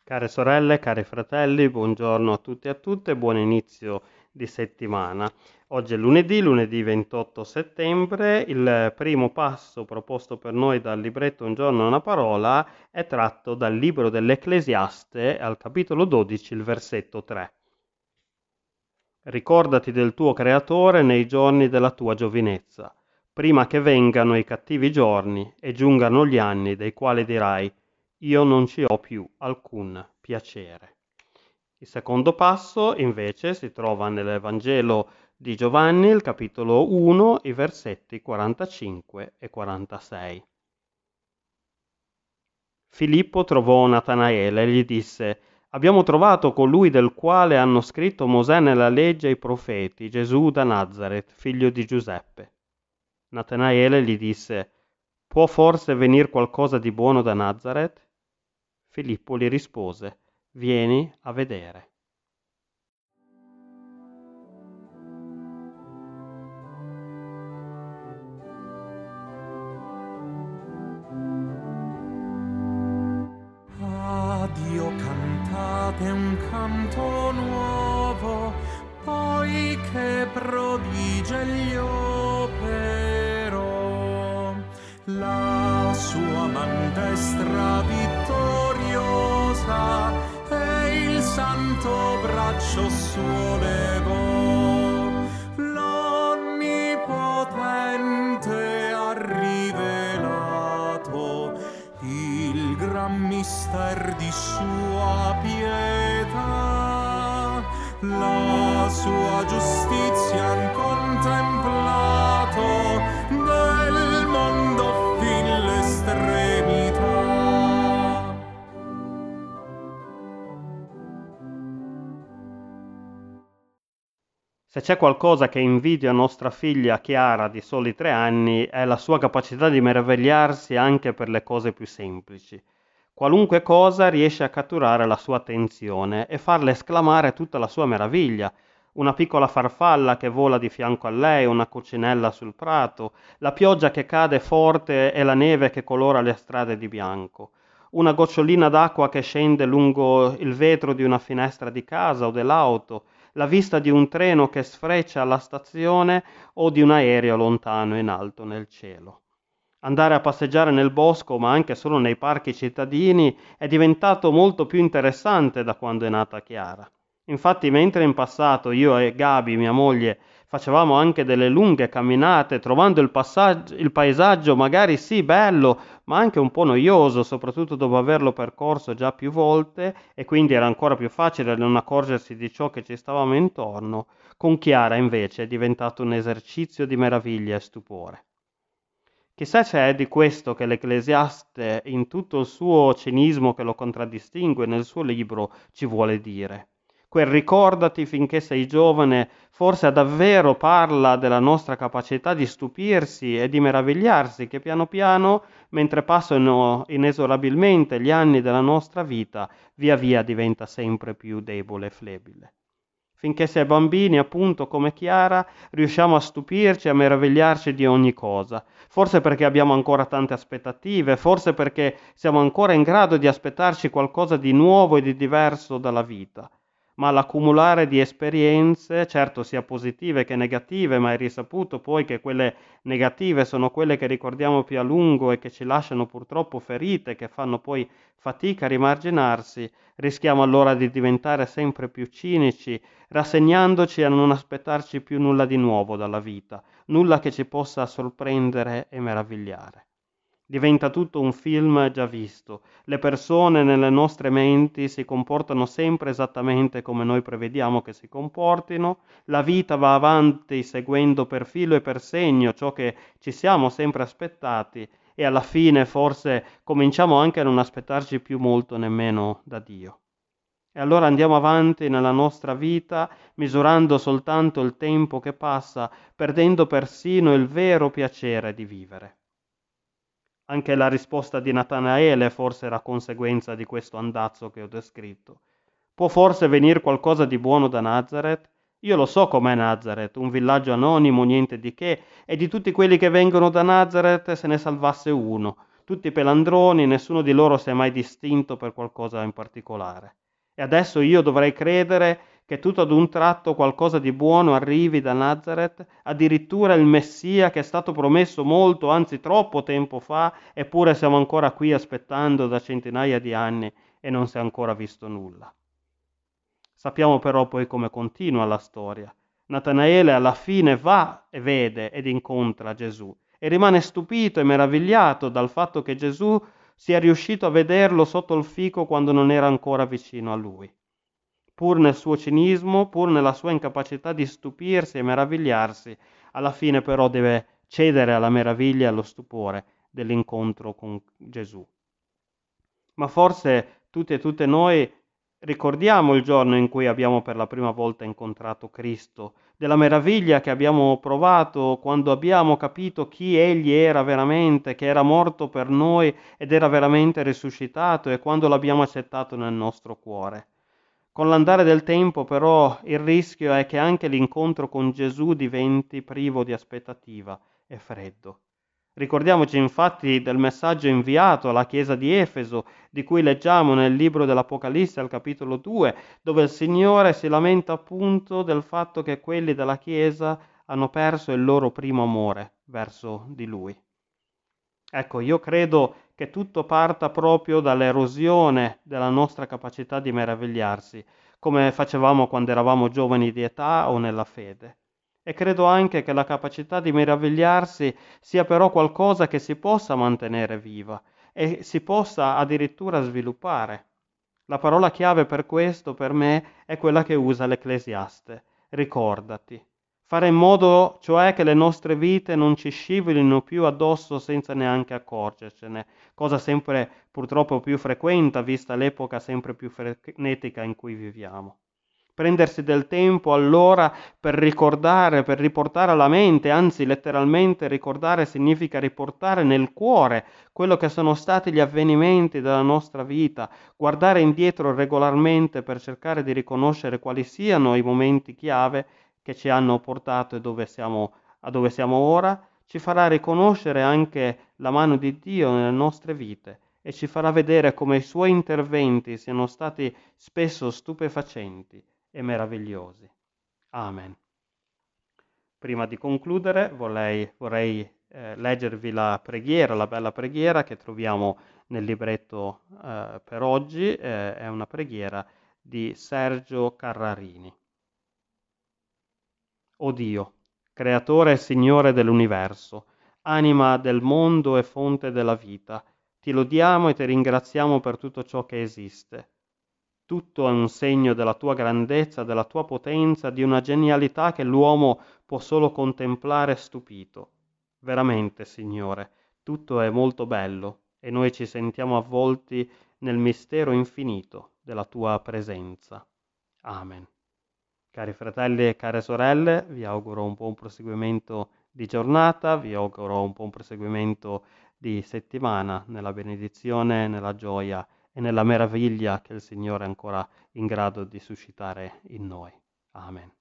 Care sorelle, cari fratelli, buongiorno a tutti e a tutte, buon inizio di settimana. Oggi è lunedì 28 settembre. Il primo passo proposto per noi dal libretto Un giorno una parola è tratto dal libro dell'Ecclesiaste, al capitolo 12, il versetto 3. Ricordati del tuo Creatore nei giorni della tua giovinezza, prima che vengano i cattivi giorni e giungano gli anni dei quali dirai: io non ci ho più alcun piacere. Il secondo passo invece si trova nell'Evangelo di Giovanni, il capitolo 1, i versetti 45 e 46. Filippo trovò Natanaele e gli disse: abbiamo trovato colui del quale hanno scritto Mosè nella legge e i profeti, Gesù da Nazaret, figlio di Giuseppe. Natanaele gli disse: può forse venir qualcosa di buono da Nazaret? Filippo gli rispose: vieni a vedere. A Dio cantate un canto nuovo, poiché prodigia gli operò. La sua man destra vittoriosa e il santo braccio suo levò. L'Onnipotente ha rivelato il gran mister di sua pietà, la sua giustizia han contemplato, del mondo fin l'estremità. Se c'è qualcosa che invidio a nostra figlia Chiara di soli 3 anni è la sua capacità di meravigliarsi anche per le cose più semplici. Qualunque cosa riesce a catturare la sua attenzione e farle esclamare tutta la sua meraviglia. Una piccola farfalla che vola di fianco a lei, una coccinella sul prato, la pioggia che cade forte e la neve che colora le strade di bianco, una gocciolina d'acqua che scende lungo il vetro di una finestra di casa o dell'auto, la vista di un treno che sfreccia alla stazione o di un aereo lontano in alto nel cielo. Andare a passeggiare nel bosco, ma anche solo nei parchi cittadini, è diventato molto più interessante da quando è nata Chiara. Infatti, mentre in passato io e Gabi, mia moglie, facevamo anche delle lunghe camminate, trovando il paesaggio magari sì bello, ma anche un po' noioso, soprattutto dopo averlo percorso già più volte, e quindi era ancora più facile non accorgersi di ciò che ci stavamo intorno, con Chiara invece è diventato un esercizio di meraviglia e stupore. Chissà se è di questo che l'Ecclesiaste, in tutto il suo cinismo che lo contraddistingue nel suo libro, ci vuole dire. Quel ricordati finché sei giovane forse davvero parla della nostra capacità di stupirsi e di meravigliarsi che piano piano, mentre passano inesorabilmente gli anni della nostra vita, via via diventa sempre più debole e flebile. Finché si è bambini, appunto, come Chiara, riusciamo a stupirci e a meravigliarci di ogni cosa. Forse perché abbiamo ancora tante aspettative, forse perché siamo ancora in grado di aspettarci qualcosa di nuovo e di diverso dalla vita. Ma l'accumulare di esperienze, certo sia positive che negative, ma è risaputo poi che quelle negative sono quelle che ricordiamo più a lungo e che ci lasciano purtroppo ferite, che fanno poi fatica a rimarginarsi, rischiamo allora di diventare sempre più cinici, rassegnandoci a non aspettarci più nulla di nuovo dalla vita, nulla che ci possa sorprendere e meravigliare. Diventa tutto un film già visto. Le persone nelle nostre menti si comportano sempre esattamente come noi prevediamo che si comportino, la vita va avanti seguendo per filo e per segno ciò che ci siamo sempre aspettati e alla fine forse cominciamo anche a non aspettarci più molto nemmeno da Dio. E allora andiamo avanti nella nostra vita misurando soltanto il tempo che passa, perdendo persino il vero piacere di vivere. Anche la risposta di Natanaele forse era conseguenza di questo andazzo che ho descritto. Può forse venir qualcosa di buono da Nazaret? Io lo so com'è Nazaret, un villaggio anonimo, niente di che, e di tutti quelli che vengono da Nazaret se ne salvasse uno. tutti pelandroni, nessuno di loro si è mai distinto per qualcosa in particolare. E adesso io dovrei credere che tutto ad un tratto qualcosa di buono arrivi da Nazareth, addirittura il Messia che è stato promesso molto, anzi troppo tempo fa, eppure siamo ancora qui aspettando da centinaia di anni e non si è ancora visto nulla. Sappiamo però poi come continua la storia. Natanaele alla fine va e vede ed incontra Gesù e rimane stupito e meravigliato dal fatto che Gesù sia riuscito a vederlo sotto il fico quando non era ancora vicino a lui. Pur nel suo cinismo, pur nella sua incapacità di stupirsi e meravigliarsi, alla fine però deve cedere alla meraviglia e allo stupore dell'incontro con Gesù. Ma forse tutti e tutte noi ricordiamo il giorno in cui abbiamo per la prima volta incontrato Cristo, della meraviglia che abbiamo provato quando abbiamo capito chi Egli era veramente, che era morto per noi ed era veramente risuscitato, e quando l'abbiamo accettato nel nostro cuore. Con l'andare del tempo, però, il rischio è che anche l'incontro con Gesù diventi privo di aspettativa e freddo. Ricordiamoci infatti del messaggio inviato alla chiesa di Efeso, di cui leggiamo nel libro dell'Apocalisse al capitolo 2, dove il Signore si lamenta appunto del fatto che quelli della chiesa hanno perso il loro primo amore verso di Lui. Ecco, io credo che tutto parta proprio dall'erosione della nostra capacità di meravigliarsi, come facevamo quando eravamo giovani di età o nella fede. E credo anche che la capacità di meravigliarsi sia però qualcosa che si possa mantenere viva e si possa addirittura sviluppare. La parola chiave per questo, per me, è quella che usa l'Ecclesiaste: ricordati. Fare in modo, cioè, che le nostre vite non ci scivolino più addosso senza neanche accorgercene, cosa sempre purtroppo più frequente vista l'epoca sempre più frenetica in cui viviamo. Prendersi del tempo allora per ricordare, per riportare alla mente, anzi letteralmente ricordare significa riportare nel cuore quello che sono stati gli avvenimenti della nostra vita, guardare indietro regolarmente per cercare di riconoscere quali siano i momenti chiave che ci hanno portato a dove siamo ora, ci farà riconoscere anche la mano di Dio nelle nostre vite e ci farà vedere come i suoi interventi siano stati spesso stupefacenti e meravigliosi. Amen. Prima di concludere vorrei leggervi la preghiera, la bella preghiera che troviamo nel libretto per oggi, è una preghiera di Sergio Carrarini. O Dio, creatore e Signore dell'universo, anima del mondo e fonte della vita, ti lodiamo e ti ringraziamo per tutto ciò che esiste. Tutto è un segno della tua grandezza, della tua potenza, di una genialità che l'uomo può solo contemplare stupito. Veramente, Signore, tutto è molto bello e noi ci sentiamo avvolti nel mistero infinito della tua presenza. Amen. Cari fratelli e care sorelle, vi auguro un buon proseguimento di giornata, vi auguro un buon proseguimento di settimana nella benedizione, nella gioia e nella meraviglia che il Signore è ancora in grado di suscitare in noi. Amen.